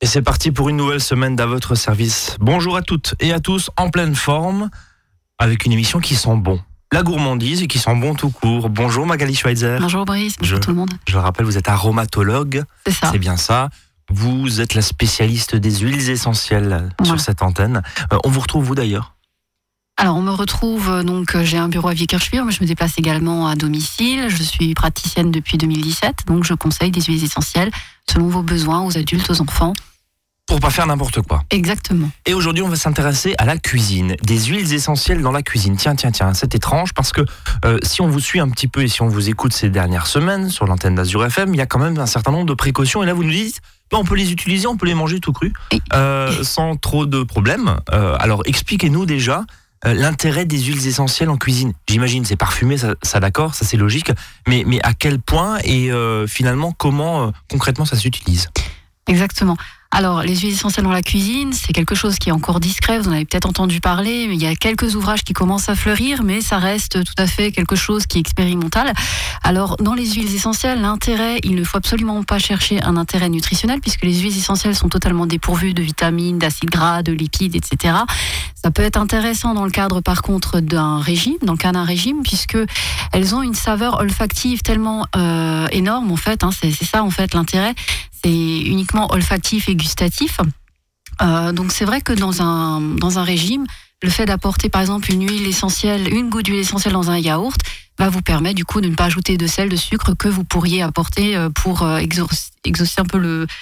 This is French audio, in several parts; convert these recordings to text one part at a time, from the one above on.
c'est parti pour une nouvelle semaine d'À votre service. Bonjour à toutes et à tous, en pleine forme, avec une émission qui sent bon. La gourmandise et qui sent bon tout court. Bonjour Magali Schweitzer. Bonjour Brice, bonjour tout le monde. Je le rappelle, vous êtes aromatologue. C'est ça. C'est bien ça. Vous êtes la spécialiste des huiles essentielles sur cette antenne. On vous retrouve où d'ailleurs ? Alors on me retrouve, j'ai un bureau à Vieux-Kirchwil, mais je me déplace également à domicile. Je suis praticienne depuis 2017, donc je conseille des huiles essentielles selon vos besoins, aux adultes, aux enfants. Pour pas faire n'importe quoi. Exactement. Et aujourd'hui, on va s'intéresser à la cuisine. Des huiles essentielles dans la cuisine. Tiens, c'est étrange parce que si on vous suit un petit peu et si on vous écoute ces dernières semaines sur l'antenne d'Azur FM, il y a quand même un certain nombre de précautions. Et là, vous nous dites, on peut les utiliser, on peut les manger tout cru, sans trop de problèmes. Alors, expliquez-nous déjà l'intérêt des huiles essentielles en cuisine. J'imagine, c'est parfumé, ça d'accord, ça c'est logique. Mais à quel point et finalement, comment concrètement ça s'utilise ? Exactement. Alors, les huiles essentielles dans la cuisine, c'est quelque chose qui est encore discret, vous en avez peut-être entendu parler, mais il y a quelques ouvrages qui commencent à fleurir, mais ça reste tout à fait quelque chose qui est expérimental. Alors, dans les huiles essentielles, l'intérêt, il ne faut absolument pas chercher un intérêt nutritionnel, puisque les huiles essentielles sont totalement dépourvues de vitamines, d'acides gras, de lipides, etc. Ça peut être intéressant dans le cadre, par contre, d'un régime, puisque elles ont une saveur olfactive tellement énorme, en fait, c'est ça, en fait, l'intérêt. C'est uniquement olfactif et gustatif. Donc c'est vrai que dans un régime, le fait d'apporter par exemple une goutte d'huile essentielle dans un yaourt va vous permettre du coup de ne pas ajouter de sel, de sucre que vous pourriez apporter pour exaucer un peu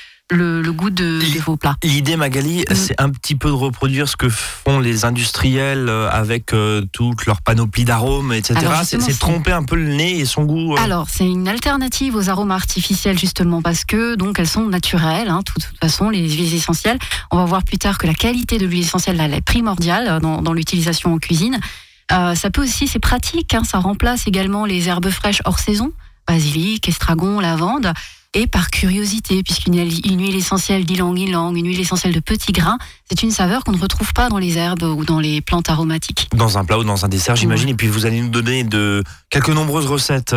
le goût de vos plats. L'idée, Magali, c'est un petit peu de reproduire ce que font les industriels avec toute leur panoplie d'arômes, etc. Alors, c'est tromper un peu le nez et son goût. Alors, c'est une alternative aux arômes artificiels, justement, parce que donc elles sont naturelles. De toute façon, les huiles essentielles, on va voir plus tard que la qualité de l'huile essentielle elle est primordiale dans l'utilisation en cuisine. Ça peut aussi, c'est pratique, ça remplace également les herbes fraîches hors saison, basilic, estragon, lavande. Et par curiosité, puisqu'une huile essentielle d'ylang-ylang, une huile essentielle de petits grains, c'est une saveur qu'on ne retrouve pas dans les herbes ou dans les plantes aromatiques. Dans un plat ou dans un dessert, j'imagine. Et puis vous allez nous donner quelques recettes,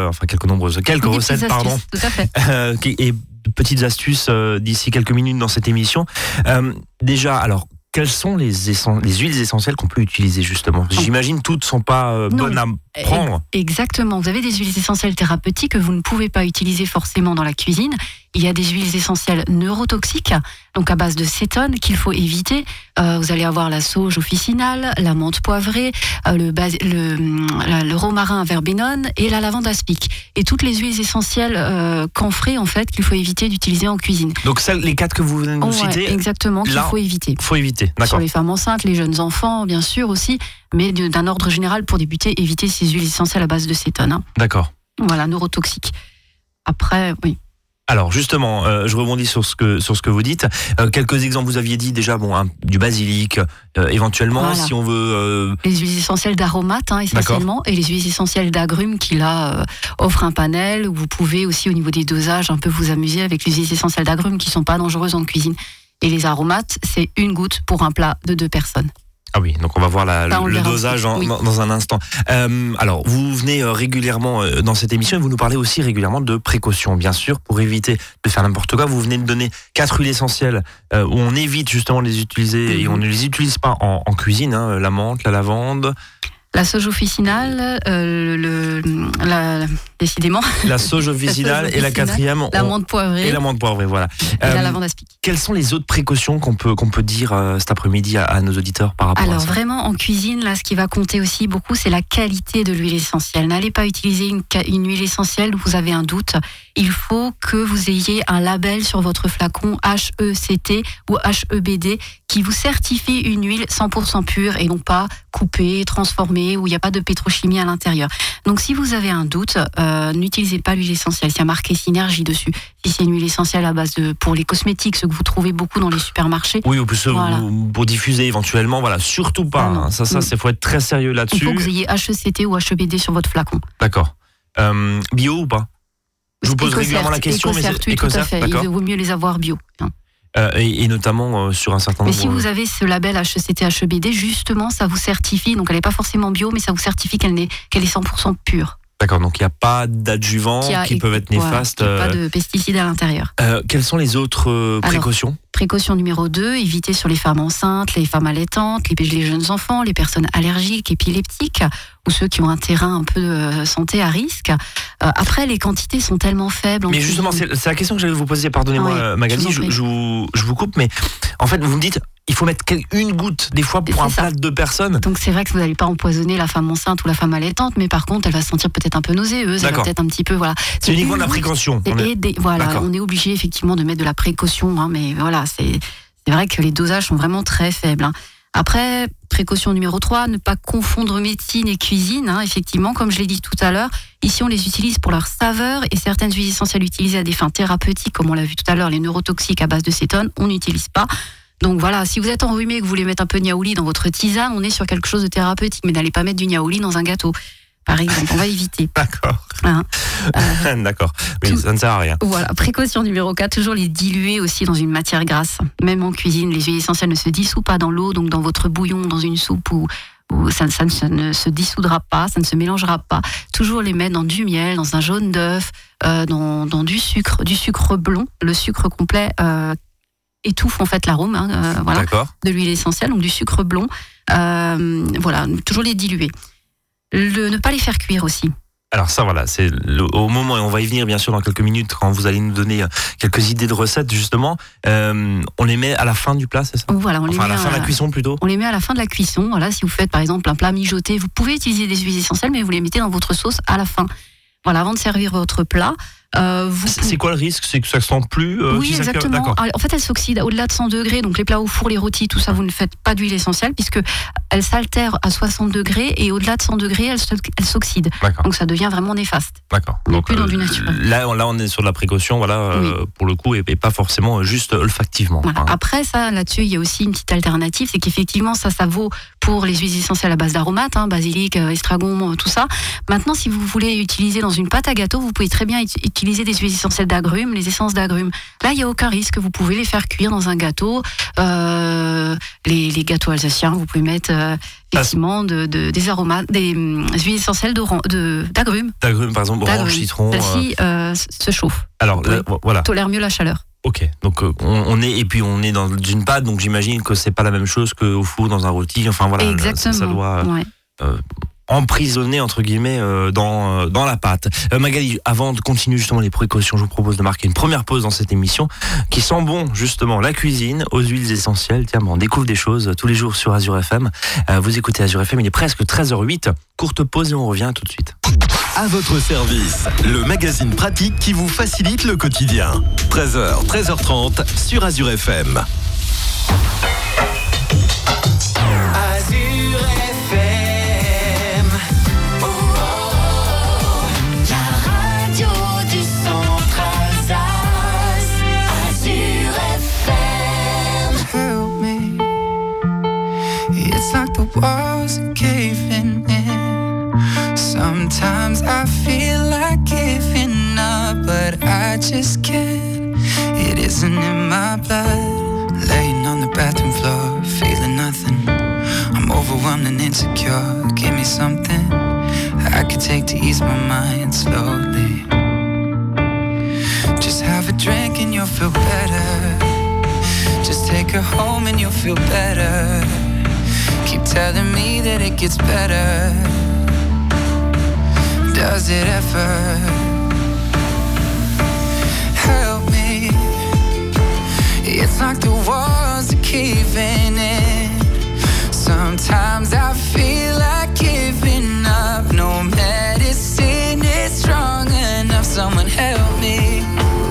pardon. Tout à fait. Et de petites astuces d'ici quelques minutes dans cette émission. Déjà, alors, quelles sont les huiles essentielles qu'on peut utiliser justement ? J'imagine toutes ne sont pas bonnes à prendre. Exactement. Vous avez des huiles essentielles thérapeutiques que vous ne pouvez pas utiliser forcément dans la cuisine. Il y a des huiles essentielles neurotoxiques, donc à base de cétone, qu'il faut éviter. Vous allez avoir la sauge officinale, la menthe poivrée, le romarin verbenone et la lavande aspic. Et toutes les huiles essentielles camphrées, en fait, qu'il faut éviter d'utiliser en cuisine. Donc les 4 que vous venez de nous citer, exactement, qu'il faut éviter. Faut éviter, d'accord. Sur les femmes enceintes, les jeunes enfants, bien sûr aussi, mais d'un ordre général, pour débuter, éviter ces huiles essentielles à base de cétone. D'accord. Voilà, neurotoxiques. Après, oui. Alors justement, je rebondis sur ce que vous dites. Quelques exemples, vous aviez dit déjà du basilic, éventuellement, voilà. Si on veut... Les huiles essentielles d'aromates, essentiellement, et les huiles essentielles d'agrumes qui là offrent un panel où vous pouvez aussi au niveau des dosages un peu vous amuser avec les huiles essentielles d'agrumes qui ne sont pas dangereuses en cuisine. Et les aromates, c'est une goutte pour un plat de 2 personnes. Ah oui, donc on va voir le dosage dans un instant. Alors, vous venez régulièrement dans cette émission et vous nous parlez aussi régulièrement de précautions, bien sûr, pour éviter de faire n'importe quoi. Vous venez de donner 4 huiles essentielles où on évite justement de les utiliser et on ne les utilise pas en cuisine, la menthe, la lavande... La sauge officinale, décidément. La sauge officinale et la 4e. La menthe poivrée. Et la menthe poivrée, voilà. Et la lavande aspic. Quelles sont les autres précautions qu'on peut dire cet après-midi à nos auditeurs par rapport à ça ? Alors vraiment, en cuisine, là, ce qui va compter aussi beaucoup, c'est la qualité de l'huile essentielle. N'allez pas utiliser une huile essentielle où vous avez un doute. Il faut que vous ayez un label sur votre flacon HECT ou HEBD qui vous certifie une huile 100% pure et non pas coupée, transformée, où il n'y a pas de pétrochimie à l'intérieur. Donc si vous avez un doute, n'utilisez pas l'huile essentielle. Il y a marqué Synergie dessus. Si c'est une huile essentielle à base pour les cosmétiques, ce que vous trouvez beaucoup dans les supermarchés. Oui, ou plus pour diffuser éventuellement, voilà, surtout pas. Ça, faut être très sérieux là-dessus. Il faut que vous ayez HECT ou HEBD sur votre flacon. D'accord. Bio ou pas ? Je vous pose régulièrement la question, mais c'est tout à fait. Il vaut mieux les avoir bio. Et notamment sur un certain nombre... Mais si vous avez ce label HECT, HEBD, justement, ça vous certifie, donc elle n'est pas forcément bio, mais ça vous certifie qu'elle est 100% pure. D'accord, donc il n'y a pas d'adjuvants qui peuvent être néfastes. Il n'y a pas de pesticides à l'intérieur. Quelles sont les autres précautions ? Précaution numéro 2, éviter sur les femmes enceintes, les femmes allaitantes, les jeunes enfants, les personnes allergiques, épileptiques ou ceux qui ont un terrain un peu de santé à risque. Après, les quantités sont tellement faibles. Mais justement, c'est la question que j'allais vous poser. Pardonnez-moi, Magali, je vous coupe, mais en fait, vous me dites, il faut mettre une goutte des fois pour un plat de 2 personnes. Donc c'est vrai que vous n'allez pas empoisonner la femme enceinte ou la femme allaitante, mais par contre, elle va se sentir peut-être un peu nauséeuse, elle va peut-être un petit peu, voilà. C'est uniquement de la précaution. On est obligé effectivement de mettre de la précaution, mais voilà, c'est vrai que les dosages sont vraiment très faibles. Après, précaution numéro 3, ne pas confondre médecine et cuisine. Effectivement, comme je l'ai dit tout à l'heure, ici on les utilise pour leur saveur et certaines huiles essentielles utilisées à des fins thérapeutiques, comme on l'a vu tout à l'heure, les neurotoxiques à base de cétone, on n'utilise pas. Donc voilà, si vous êtes enrhumé et que vous voulez mettre un peu de niaouli dans votre tisane, on est sur quelque chose de thérapeutique, mais n'allez pas mettre du niaouli dans un gâteau. Par exemple, on va éviter. D'accord. D'accord. Oui, ça ne sert à rien. Voilà. Précaution numéro 4, toujours les diluer aussi dans une matière grasse. Même en cuisine, les huiles essentielles ne se dissouent pas dans l'eau, donc dans votre bouillon, dans une soupe ou ça ne se dissoudra pas, ça ne se mélangera pas. Toujours les mettre dans du miel, dans un jaune d'œuf, dans du sucre blond. Le sucre complet étouffe en fait l'arôme de l'huile essentielle, donc du sucre blond. Voilà, toujours les diluer. Ne pas les faire cuire aussi. Alors ça, voilà, c'est au moment, et on va y venir bien sûr dans quelques minutes quand vous allez nous donner quelques idées de recettes justement. On les met à la fin du plat, c'est ça ? Voilà, à la fin de la cuisson plutôt. On les met à la fin de la cuisson. Voilà, si vous faites par exemple un plat mijoté, vous pouvez utiliser des huiles essentielles, mais vous les mettez dans votre sauce à la fin. Voilà, avant de servir votre plat. C'est quoi le risque ? C'est que ça ne sent plus Oui, exactement. En fait, elle s'oxyde au-delà de 100 degrés. Donc, les plats au four, les rôtis, tout ça, vous ne faites pas d'huile essentielle puisque elle s'altère à 60 degrés et au-delà de 100 degrés, elle s'oxyde. Donc, ça devient vraiment néfaste. D'accord. Donc, plus dans du naturel. Là, on est sur de la précaution, voilà, pour le coup, et pas forcément juste olfactivement. Voilà. Après, ça, là-dessus, il y a aussi une petite alternative, c'est qu'effectivement, ça vaut pour les huiles essentielles à base d'aromates, basilic, estragon, tout ça. Maintenant, si vous voulez utiliser dans une pâte à gâteau, vous pouvez très bien utiliser des huiles essentielles d'agrumes, les essences d'agrumes. Là, il n'y a aucun risque. Vous pouvez les faire cuire dans un gâteau. Les gâteaux alsaciens, vous pouvez mettre effectivement des aromates, des huiles essentielles d'agrumes. D'agrumes, par exemple, orange, citron. Celle-ci se chauffe. Alors, voilà. Tolère mieux la chaleur. Ok, donc on est dans une pâte, donc j'imagine que c'est pas la même chose qu'au four, dans un rôti. Enfin voilà, exactement. Ça doit emprisonner entre guillemets dans la pâte. Magali, avant de continuer justement les précautions, je vous propose de marquer une première pause dans cette émission qui sent bon justement la cuisine aux huiles essentielles. Tiens, on découvre des choses tous les jours sur Azure FM. Vous écoutez Azure FM, il est presque 13h08. Courte pause et on revient tout de suite. À votre service, le magazine pratique qui vous facilite le quotidien. 13h, 13h30 sur Azure FM. Azure FM. Oh, la radio du centre Alsace. Azure FM. Help me. It's like the walls are caving in. Sometimes I feel like giving up, but I just can't. It isn't in my blood. Laying on the bathroom floor, feeling nothing. I'm overwhelmed and insecure. Give me something I could take to ease my mind slowly. Just have a drink and you'll feel better. Just take her home and you'll feel better. Keep telling me that it gets better. Does it ever? Help me. It's like the walls are caving in. Sometimes I feel like giving up. No medicine is strong enough. Someone help me.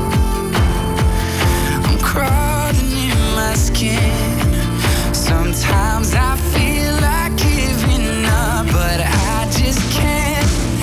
I'm crawling in my skin. Sometimes I feel like giving up, but I just can't.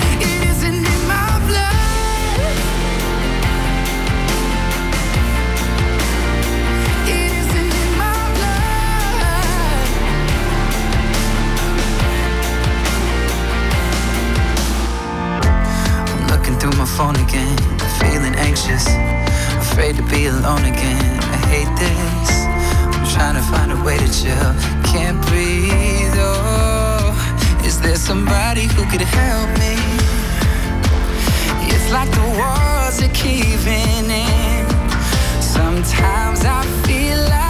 My phone again, feeling anxious, afraid to be alone again. I hate this. I'm trying to find a way to chill. Can't breathe. Oh, is there somebody who could help me? It's like the walls are caving in. Sometimes I feel like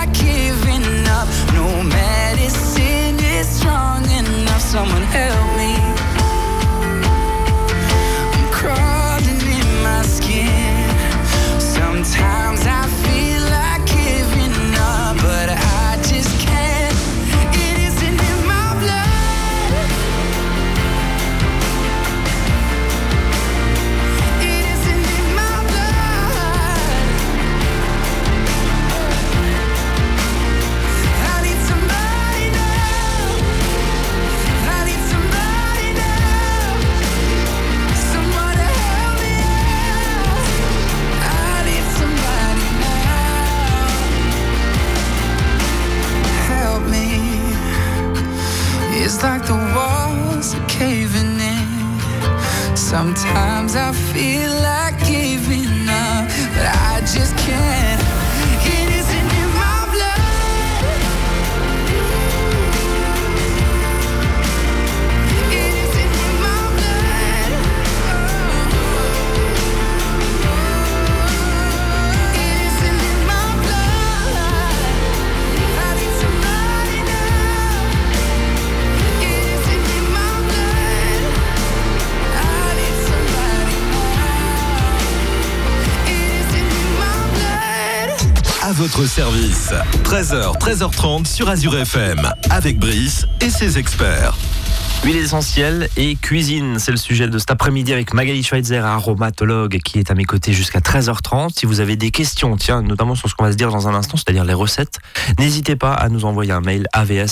Sometimes I feel like giving up, but I just can't. It isn't in my blood. It isn't in my blood. It isn't in my blood. I need somebody now. It isn't in my blood. I need somebody now. It isn't in my blood. À votre service, 13h, 13h30 sur Azure FM, avec Brice et ses experts. Huile essentielle et cuisine, c'est le sujet de cet après-midi avec Magali Schweitzer, aromatologue, qui est à mes côtés jusqu'à 13h30. Si vous avez des questions, notamment sur ce qu'on va se dire dans un instant, c'est-à-dire les recettes, n'hésitez pas à nous envoyer un mail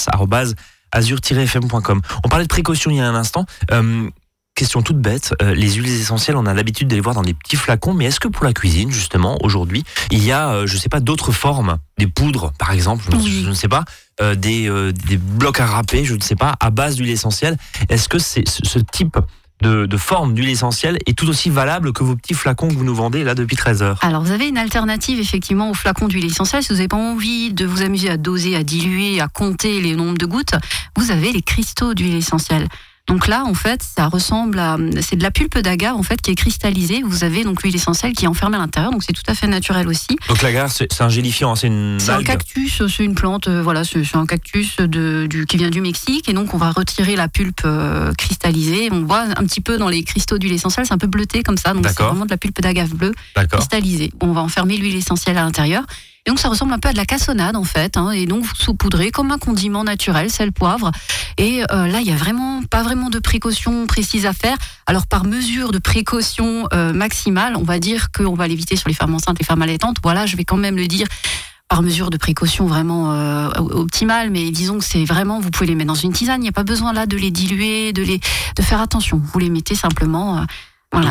avs@azure-fm.com. On parlait de précaution il y a un instant. Question toute bête, les huiles essentielles, on a l'habitude de les voir dans des petits flacons, mais est-ce que pour la cuisine, justement, aujourd'hui, il y a, d'autres formes, des poudres, par exemple, je ne sais pas, des blocs à râper, je ne sais pas, à base d'huile essentielle. Est-ce que ce type de forme d'huile essentielle est tout aussi valable que vos petits flacons que vous nous vendez là depuis 13 heures? Alors, vous avez une alternative effectivement aux flacons d'huile essentielle. Si vous n'avez pas envie de vous amuser à doser, à diluer, à compter les nombres de gouttes, vous avez les cristaux d'huile essentielle. Donc là, en fait, ça ressemble à... C'est de la pulpe d'agave, en fait, qui est cristallisée. Vous avez donc l'huile essentielle qui est enfermée à l'intérieur, donc c'est tout à fait naturel aussi. Donc l'agave, c'est un gélifiant, c'est une C'est algue. un cactus, c'est une plante, c'est un cactus qui vient du Mexique. Et donc, on va retirer la pulpe cristallisée. On voit un petit peu dans les cristaux d'huile essentielle, c'est un peu bleuté comme ça. Donc, c'est vraiment de la pulpe d'agave bleue cristallisée. On va enfermer l'huile essentielle à l'intérieur. Et donc ça ressemble un peu à de la cassonade en fait, et donc vous saupoudrez comme un condiment naturel, sel, poivre. Et là il y a pas vraiment de précautions précises à faire. Alors par mesure de précaution maximale, on va dire qu'on va l'éviter sur les femmes enceintes, les femmes allaitantes. Voilà, je vais quand même le dire par mesure de précaution vraiment optimale, mais disons que c'est vraiment, vous pouvez les mettre dans une tisane. Il n'y a pas besoin là de les diluer, de faire attention. Vous les mettez simplement. Voilà,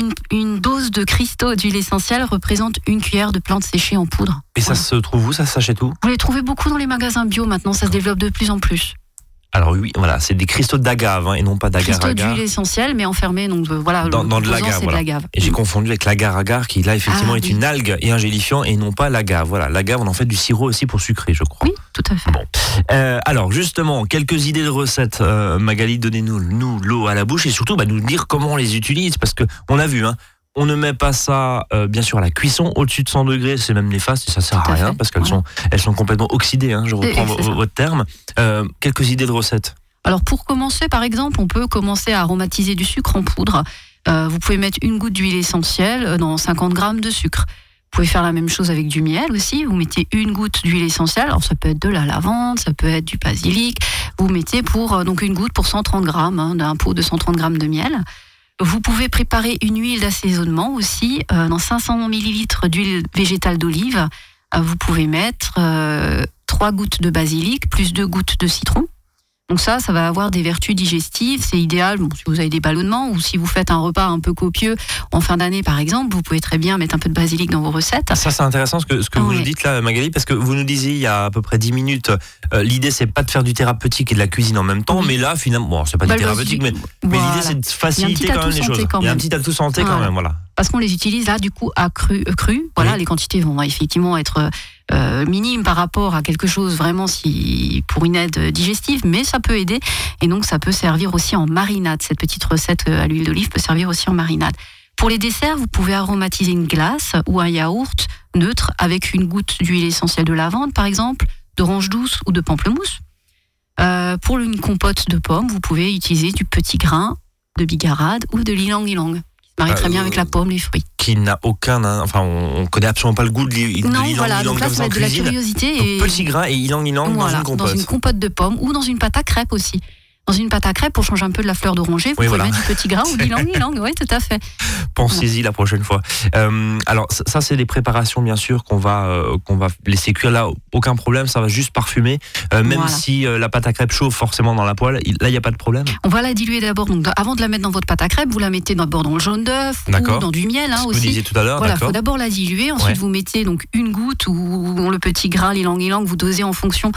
une dose de cristaux d'huile essentielle représente une cuillère de plantes séchées en poudre. Et ça se trouve où? Ça s'achète où? Vous les trouvez beaucoup dans les magasins bio maintenant, ça se développe de plus en plus. Alors oui, voilà, c'est des cristaux d'agave et non pas d'agar-agar. Cristaux d'huile essentielle, mais enfermés, donc voilà, dans de l'agave. C'est de l'agave. Et j'ai confondu avec l'agar-agar, qui là effectivement est une algue et un gélifiant, et non pas l'agave. Voilà, l'agave, on en fait du sirop aussi pour sucrer, je crois. Oui, tout à fait. Bon. Alors justement, quelques idées de recettes. Magali, donnez-nous l'eau à la bouche et surtout nous dire comment on les utilise, parce que on a vu, on ne met pas ça, bien sûr, à la cuisson. Au-dessus de 100 degrés, c'est même néfaste et ça sert à rien parce qu'elles sont complètement oxydées. Je reprends votre terme. Quelques idées de recettes. Alors pour commencer, par exemple, on peut commencer à aromatiser du sucre en poudre. Vous pouvez mettre une goutte d'huile essentielle dans 50 grammes de sucre. Vous pouvez faire la même chose avec du miel aussi. Vous mettez une goutte d'huile essentielle. Alors ça peut être de la lavande, ça peut être du basilic. Vous mettez donc une goutte pour 130 grammes d'un pot de 130 grammes de miel. Vous pouvez préparer une huile d'assaisonnement aussi. Dans 500 ml d'huile végétale d'olive, vous pouvez mettre 3 gouttes de basilic plus 2 gouttes de citron. Donc ça va avoir des vertus digestives. C'est idéal si vous avez des ballonnements ou si vous faites un repas un peu copieux en fin d'année, par exemple. Vous pouvez très bien mettre un peu de basilic dans vos recettes. Ça, c'est intéressant ce que vous nous dites là, Magali, parce que vous nous disiez il y a à peu près 10 minutes, l'idée, c'est pas de faire du thérapeutique et de la cuisine en même temps, mais là, finalement, c'est pas du thérapeutique, mais l'idée, c'est de faciliter quand même les choses. Il y a un petit atout santé quand même, voilà. Parce qu'on les utilise là, du coup, à cru. Voilà, les quantités vont effectivement être minimes par rapport à quelque chose vraiment pour une aide digestive, mais ça peut aider. Et donc, ça peut servir aussi en marinade. Cette petite recette à l'huile d'olive peut servir aussi en marinade. Pour les desserts, vous pouvez aromatiser une glace ou un yaourt neutre avec une goutte d'huile essentielle de lavande, par exemple, d'orange douce ou de pamplemousse. Pour une compote de pommes, vous pouvez utiliser du petit grain de bigarade ou de l'ilang-ilang. Marie très bien avec la pomme, les fruits. Qui n'a aucun, on connaît absolument pas le goût de l'ilang-ilang. Voilà, donc là, ça va être de la curiosité. Donc, petit grain et ilang-ilang dans une compote. Dans une compote de pommes ou dans une pâte à crêpes aussi. Dans une pâte à crêpes, pour changer un peu de la fleur d'oranger, vous pouvez mettre du petit grain ou de l'ilang-ilang. Oui, tout à fait. Pensez-y la prochaine fois. Alors, ça, c'est des préparations, bien sûr, qu'on va laisser cuire. Là, aucun problème, ça va juste parfumer. Même si la pâte à crêpes chauffe forcément dans la poêle, là, il n'y a pas de problème. On va la diluer d'abord. Donc, avant de la mettre dans votre pâte à crêpes, vous la mettez d'abord dans le jaune d'œuf ou dans du miel aussi. Vous disiez tout à l'heure, voilà, il faut d'abord la diluer. Ensuite, vous mettez donc une goutte ou le petit grain, l'ilang-ilang, vous dosez en fonction.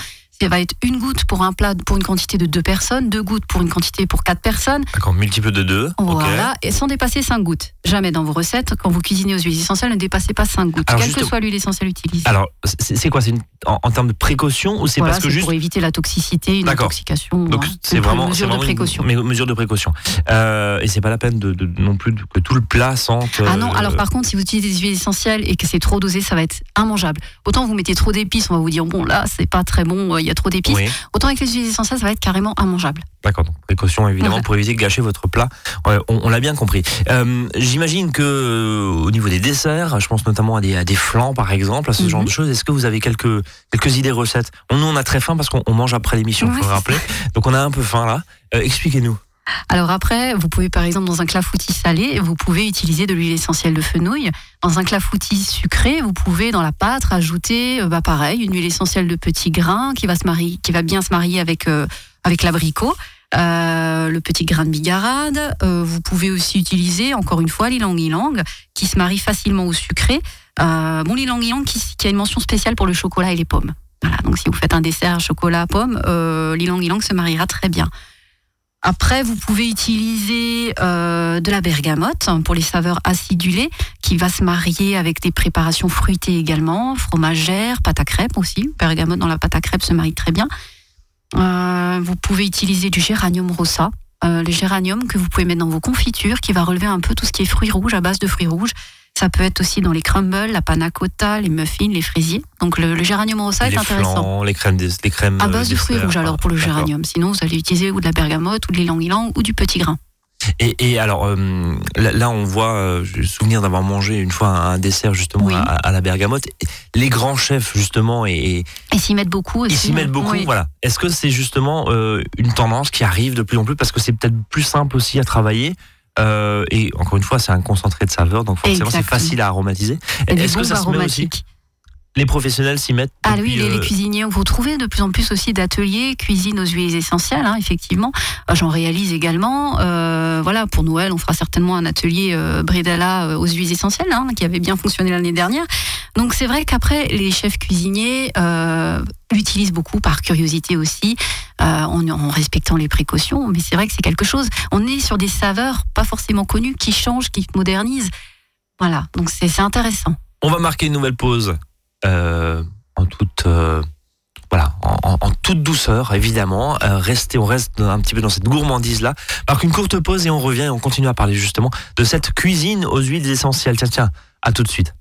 ça va être une goutte pour un plat pour une quantité de 2 personnes, 2 gouttes pour une quantité pour 4 personnes. D'accord, multiple de 2. Voilà, et sans dépasser 5 gouttes. Jamais dans vos recettes, quand vous cuisinez aux huiles essentielles, ne dépassez pas 5 gouttes, Alors, quelle que soit l'huile essentielle utilisée. Alors, c'est quoi? C'est en termes de précaution ou c'est Voilà, parce que c'est juste. pour éviter la toxicité, une D'accord. intoxication. Donc c'est vraiment mesure de précaution. Une mesure de précaution. Et c'est pas la peine de non plus que tout le plat sente. Ah non, alors par contre, si vous utilisez des huiles essentielles et que c'est trop dosé, ça va être immangeable. Autant vous mettez trop d'épices, on va vous dire bon là c'est pas très bon, il y a trop d'épices. Oui. Autant avec les huiles essentielles, ça va être carrément immangeable. D'accord, donc précaution évidemment Voilà. pour éviter de gâcher votre plat. On l'a bien compris. J'imagine que au niveau des desserts, je pense notamment à des flancs par exemple, à ce genre de choses. Est-ce que vous avez quelques idées recettes? Nous on a très faim parce qu'on mange après l'émission, il faut le rappeler. Donc on a un peu faim là. Expliquez-nous. Alors après, vous pouvez par exemple dans un clafoutis salé, vous pouvez utiliser de l'huile essentielle de fenouil. Dans un clafoutis sucré, vous pouvez dans la pâte rajouter, pareil, une huile essentielle de petits grains qui va bien se marier avec l'abricot. Le petit grain de bigarade. Vous pouvez aussi utiliser, encore une fois, l'ilang-ilang, qui se marie facilement au sucré. L'ilang-ilang qui a une mention spéciale pour le chocolat et les pommes. Voilà, donc si vous faites un dessert chocolat-pomme, l'ilang-ilang se mariera très bien. Après, vous pouvez utiliser de la bergamote pour les saveurs acidulées, qui va se marier avec des préparations fruitées également, fromagère, pâte à crêpes aussi. Bergamote dans la pâte à crêpes se marie très bien. Vous pouvez utiliser du géranium rosa, le géranium que vous pouvez mettre dans vos confitures, qui va relever un peu tout ce qui est fruits rouges, à base de fruits rouges. Ça peut être aussi dans les crumbles, la panna cotta, les muffins, les fraisiers. Donc le géranium rosa est intéressant. Flancs, les crèmes À base de fruits dessert. rouges alors pour le D'accord. géranium. Sinon vous allez utiliser ou de la bergamote, ou de l'ilang-ilang, ou du petit grain. Et alors là on voit, j'ai le souvenir d'avoir mangé une fois un dessert justement Oui. à la bergamote. Les grands chefs justement et Ils s'y mettent beaucoup aussi. ils s'y mettent beaucoup. Oui. Voilà. Est-ce que c'est justement une tendance qui arrive de plus en plus parce que c'est peut-être plus simple aussi à travailler? Et encore une fois, c'est un concentré de saveur, donc forcément c'est Exactement. facile à aromatiser. Et des Est-ce que bombes ça se met aussi? aromatiques. Les professionnels s'y mettent. Ah depuis, oui, les cuisiniers, vous trouvez de plus en plus aussi d'ateliers cuisine aux huiles essentielles, effectivement. J'en réalise également. Voilà, pour Noël, on fera certainement un atelier Bredala aux huiles essentielles, qui avait bien fonctionné l'année dernière. Donc c'est vrai qu'après, les chefs cuisiniers l'utilisent beaucoup par curiosité aussi, en respectant les précautions. Mais c'est vrai que c'est quelque chose. On est sur des saveurs pas forcément connues qui changent, qui modernisent. Voilà, donc c'est intéressant. On va marquer une nouvelle pause. En toute douceur évidemment. On reste un petit peu dans cette gourmandise là. Marque une courte pause et on revient et on continue à parler justement de cette cuisine aux huiles essentielles. Tiens, à tout de suite.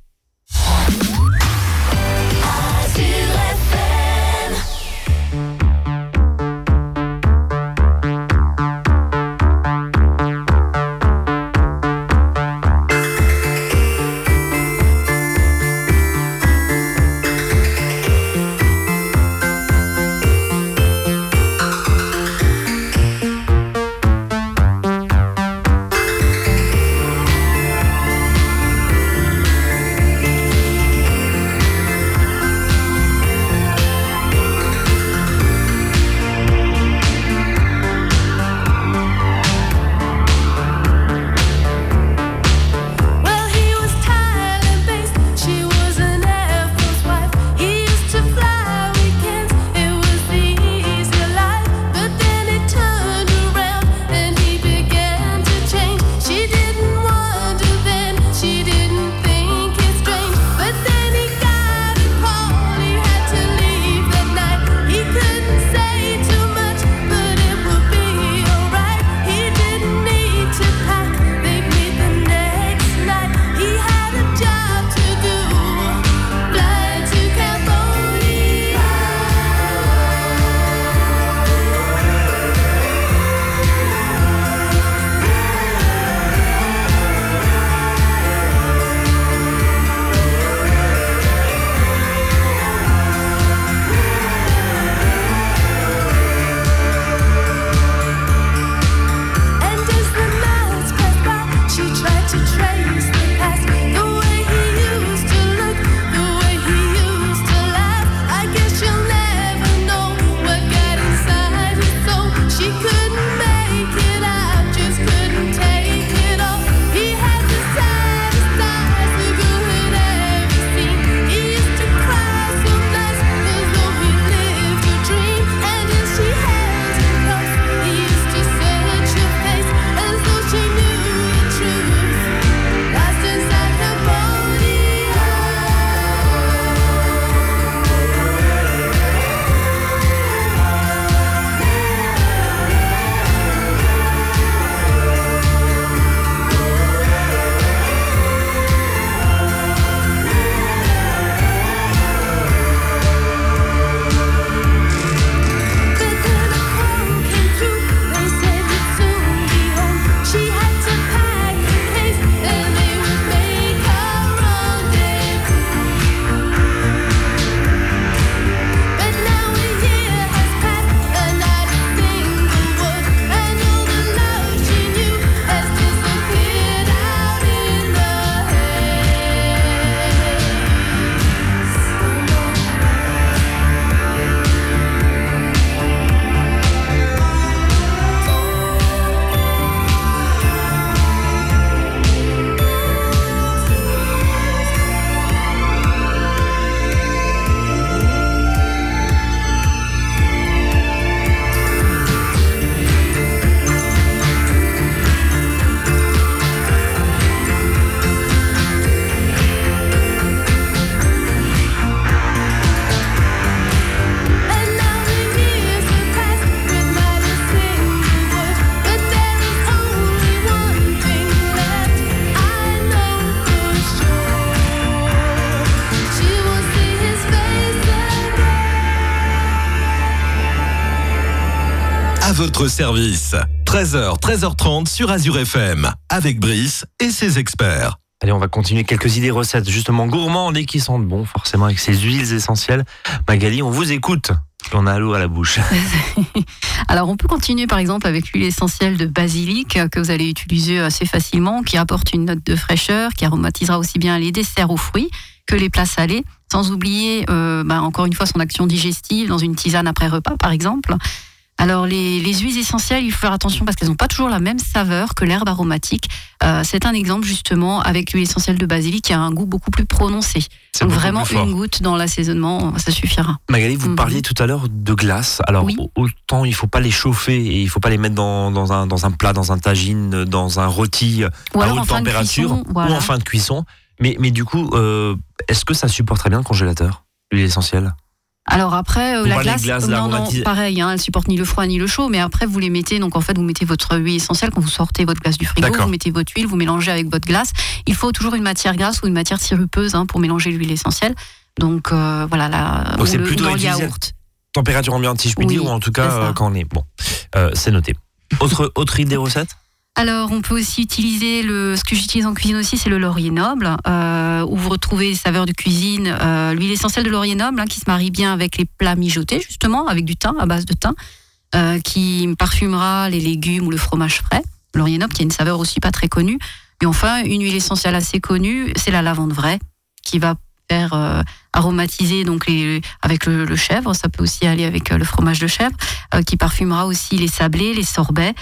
à votre service. 13h, 13h30 sur Azure FM, avec Brice et ses experts. Allez, on va continuer quelques idées recettes justement gourmandes et qui sentent bon, forcément avec ces huiles essentielles. Magali, on vous écoute. On a l'eau à la bouche. Alors, on peut continuer par exemple avec l'huile essentielle de basilic que vous allez utiliser assez facilement, qui apporte une note de fraîcheur, qui aromatisera aussi bien les desserts aux fruits que les plats salés, sans oublier encore une fois son action digestive dans une tisane après repas par exemple. Alors les huiles essentielles, il faut faire attention parce qu'elles n'ont pas toujours la même saveur que l'herbe aromatique. C'est un exemple justement avec l'huile essentielle de basilic qui a un goût beaucoup plus prononcé. C'est Donc beaucoup vraiment plus fort. une goutte dans l'assaisonnement, ça suffira. Magali, vous parliez tout à l'heure de glace. Alors Oui. autant il faut pas les chauffer et il faut pas les mettre dans un plat, dans un tagine, dans un rôti Ou à alors en haute fin de température cuisson, ou voilà. en fin de cuisson. Mais du coup, est-ce que ça supporterait bien le congélateur, l'huile essentielle? Alors après, Vous la parlez de glace, glace, non, l'aromatisée. pareil, elle supporte ni le froid ni le chaud, mais après vous les mettez, donc en fait vous mettez votre huile essentielle quand vous sortez votre glace du frigo, D'accord. vous mettez votre huile, vous mélangez avec votre glace. Il faut toujours une matière grasse ou une matière sirupeuse pour mélanger l'huile essentielle. Donc voilà, Donc c'est plutôt dans le utilisé- yaourt. Température ambiante, si je puis Oui, dire, ou en tout c'est cas ça. quand on est bon. C'est noté. Autre idée recette? Alors, on peut aussi utiliser ce que j'utilise en cuisine aussi, c'est le laurier noble, où vous retrouvez les saveurs de cuisine, l'huile essentielle de laurier noble, qui se marie bien avec les plats mijotés, justement, avec du thym, à base de thym, qui parfumera les légumes ou le fromage frais. Le laurier noble, qui a une saveur aussi pas très connue. Et enfin, une huile essentielle assez connue, c'est la lavande vraie, qui va faire aromatiser donc avec le chèvre. Ça peut aussi aller avec le fromage de chèvre, qui parfumera aussi les sablés, les sorbets,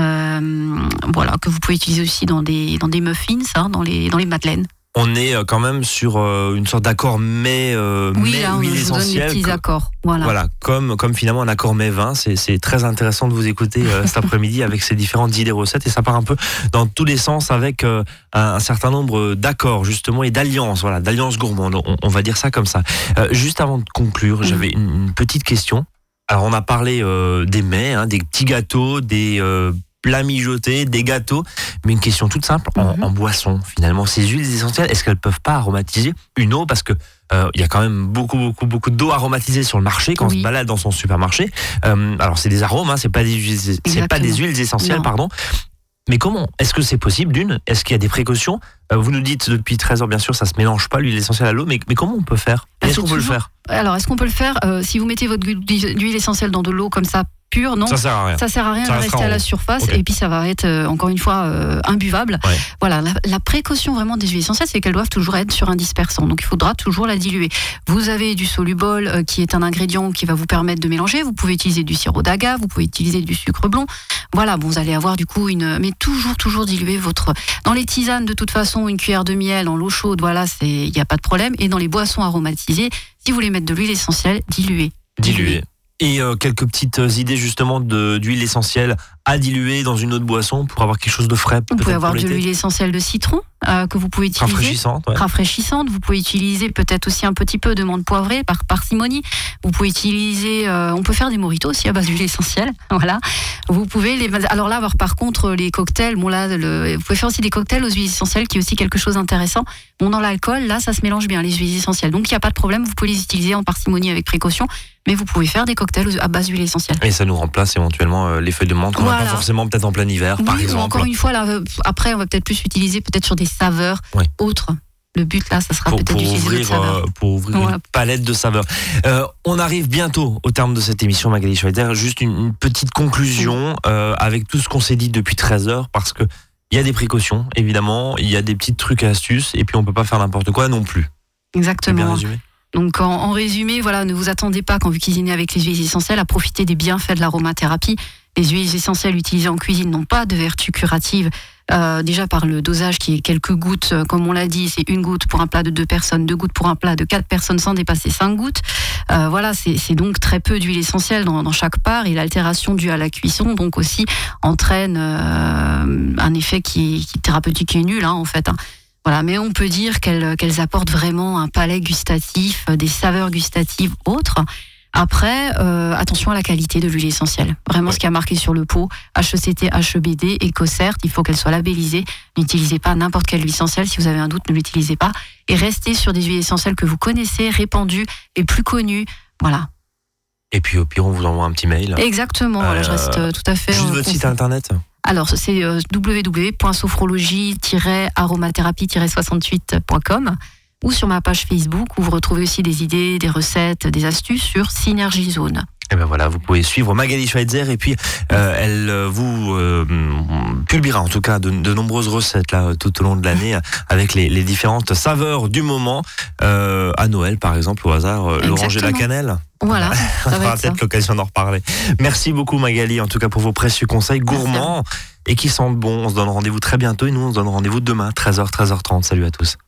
voilà, que vous pouvez utiliser aussi dans des muffins, dans les madeleines. On est quand même sur une sorte d'accord mais Oui, là, huile je vous donne les essentielle. petits accords. Voilà. Comme finalement un accord mets 20, c'est très intéressant de vous écouter cet après-midi avec ces différentes idées recettes et ça part un peu dans tous les sens avec un certain nombre d'accords justement et d'alliances, voilà, d'alliances gourmandes, on va dire ça comme ça. Juste avant de conclure, j'avais une petite question. Alors on a parlé des mets, des petits gâteaux, des plats mijotés, des gâteaux, mais une question toute simple, en boisson finalement, ces huiles essentielles, est-ce qu'elles peuvent pas aromatiser une eau, parce que il y a quand même beaucoup d'eau aromatisée sur le marché quand on se balade dans son supermarché. Alors c'est des arômes, c'est pas des huiles essentielles, Non. pardon. Mais comment? Est-ce que c'est possible d'une? Est-ce qu'il y a des précautions? Vous nous dites depuis 13 heures, bien sûr, ça se mélange pas l'huile essentielle à l'eau, mais comment on peut faire? Est-ce qu'on peut le faire? Alors, est-ce qu'on peut le faire si vous mettez votre huile essentielle dans de l'eau comme ça, pure? Non. Ça sert à rien. Ça sert à rien Ça de restera rester à en la haut. surface Ok. et puis ça va être encore une fois imbuvable. Ouais. Voilà, la précaution vraiment des huiles essentielles, c'est qu'elles doivent toujours être sur un dispersant. Donc il faudra toujours la diluer. Vous avez du solubol qui est un ingrédient qui va vous permettre de mélanger. Vous pouvez utiliser du sirop d'agave, vous pouvez utiliser du sucre blond. Voilà, bon, vous allez avoir du coup mais toujours diluer dans les tisanes de toute façon, une cuillère de miel en l'eau chaude, voilà, il n'y a pas de problème. Et dans les boissons aromatisées, si vous voulez mettre de l'huile essentielle, diluez. Et quelques petites idées justement d'huile essentielle à diluer dans une autre boisson pour avoir quelque chose de frais. Vous pouvez peut-être avoir pour de l'été. l'huile essentielle de citron que vous pouvez utiliser. Rafraîchissante, ouais. Rafraîchissante. Vous pouvez utiliser peut-être aussi un petit peu de menthe poivrée par parcimonie. Vous pouvez utiliser, on peut faire des mojitos aussi à base d'huile essentielle. Voilà. Vous pouvez alors là avoir par contre les cocktails. Bon là, vous pouvez faire aussi des cocktails aux huiles essentielles qui est aussi quelque chose d'intéressant. Bon dans l'alcool, là ça se mélange bien les huiles essentielles. Donc il n'y a pas de problème. Vous pouvez les utiliser en parcimonie avec précaution. Mais vous pouvez faire des cocktails à base d'huile essentielle. Et ça nous remplace éventuellement les feuilles de menthe qu'on n'a pas forcément peut-être en plein hiver, par Oui, exemple. ou encore une fois, là, après, on va peut-être plus utiliser sur des saveurs autres. Le but, là, ça sera peut-être d'utiliser d'autres saveurs. Pour ouvrir une palette de saveurs. On arrive bientôt au terme de cette émission, Magali Schweider. Juste une petite conclusion avec tout ce qu'on s'est dit depuis 13 heures, parce que il y a des précautions, évidemment, il y a des petits trucs et astuces, et puis on peut pas faire n'importe quoi non plus. Exactement. Bien résumé. Donc en résumé, voilà, ne vous attendez pas quand vous cuisinez avec les huiles essentielles à profiter des bienfaits de l'aromathérapie. Les huiles essentielles utilisées en cuisine n'ont pas de vertu curative. Déjà par le dosage qui est quelques gouttes, comme on l'a dit, c'est 1 goutte pour un plat de 2 personnes, 2 gouttes pour un plat de 4 personnes sans dépasser 5 gouttes. Voilà, c'est donc très peu d'huile essentielle dans chaque part et l'altération due à la cuisson donc aussi entraîne un effet qui thérapeutique qui est nul en fait. Voilà, mais on peut dire qu'elles apportent vraiment un palais gustatif, des saveurs gustatives autres. Après, attention à la qualité de l'huile essentielle. Vraiment, ce qui a marqué sur le pot, HECT, HEBD, EcoCert, il faut qu'elle soit labellisée. N'utilisez pas n'importe quelle huile essentielle. Si vous avez un doute, ne l'utilisez pas. Et restez sur des huiles essentielles que vous connaissez, répandues et plus connues. Voilà. Et puis au pire, on vous envoie un petit mail. Exactement, voilà, je reste tout à fait... Juste votre site internet. Alors, c'est www.sophrologie-aromathérapie-68.com ou sur ma page Facebook où vous retrouvez aussi des idées, des recettes, des astuces sur Synergie Zone. Et ben voilà, vous pouvez suivre Magali Schweitzer et puis elle vous publiera en tout cas de nombreuses recettes là tout au long de l'année avec les différentes saveurs du moment. À Noël par exemple au hasard, l'orange et la cannelle. Voilà, On ça va aura être ça. peut-être l'occasion d'en reparler. Merci beaucoup Magali en tout cas pour vos précieux conseils gourmands et qui sentent bon. On se donne rendez-vous très bientôt et nous on se donne rendez-vous demain 13h, 13h30. Salut à tous.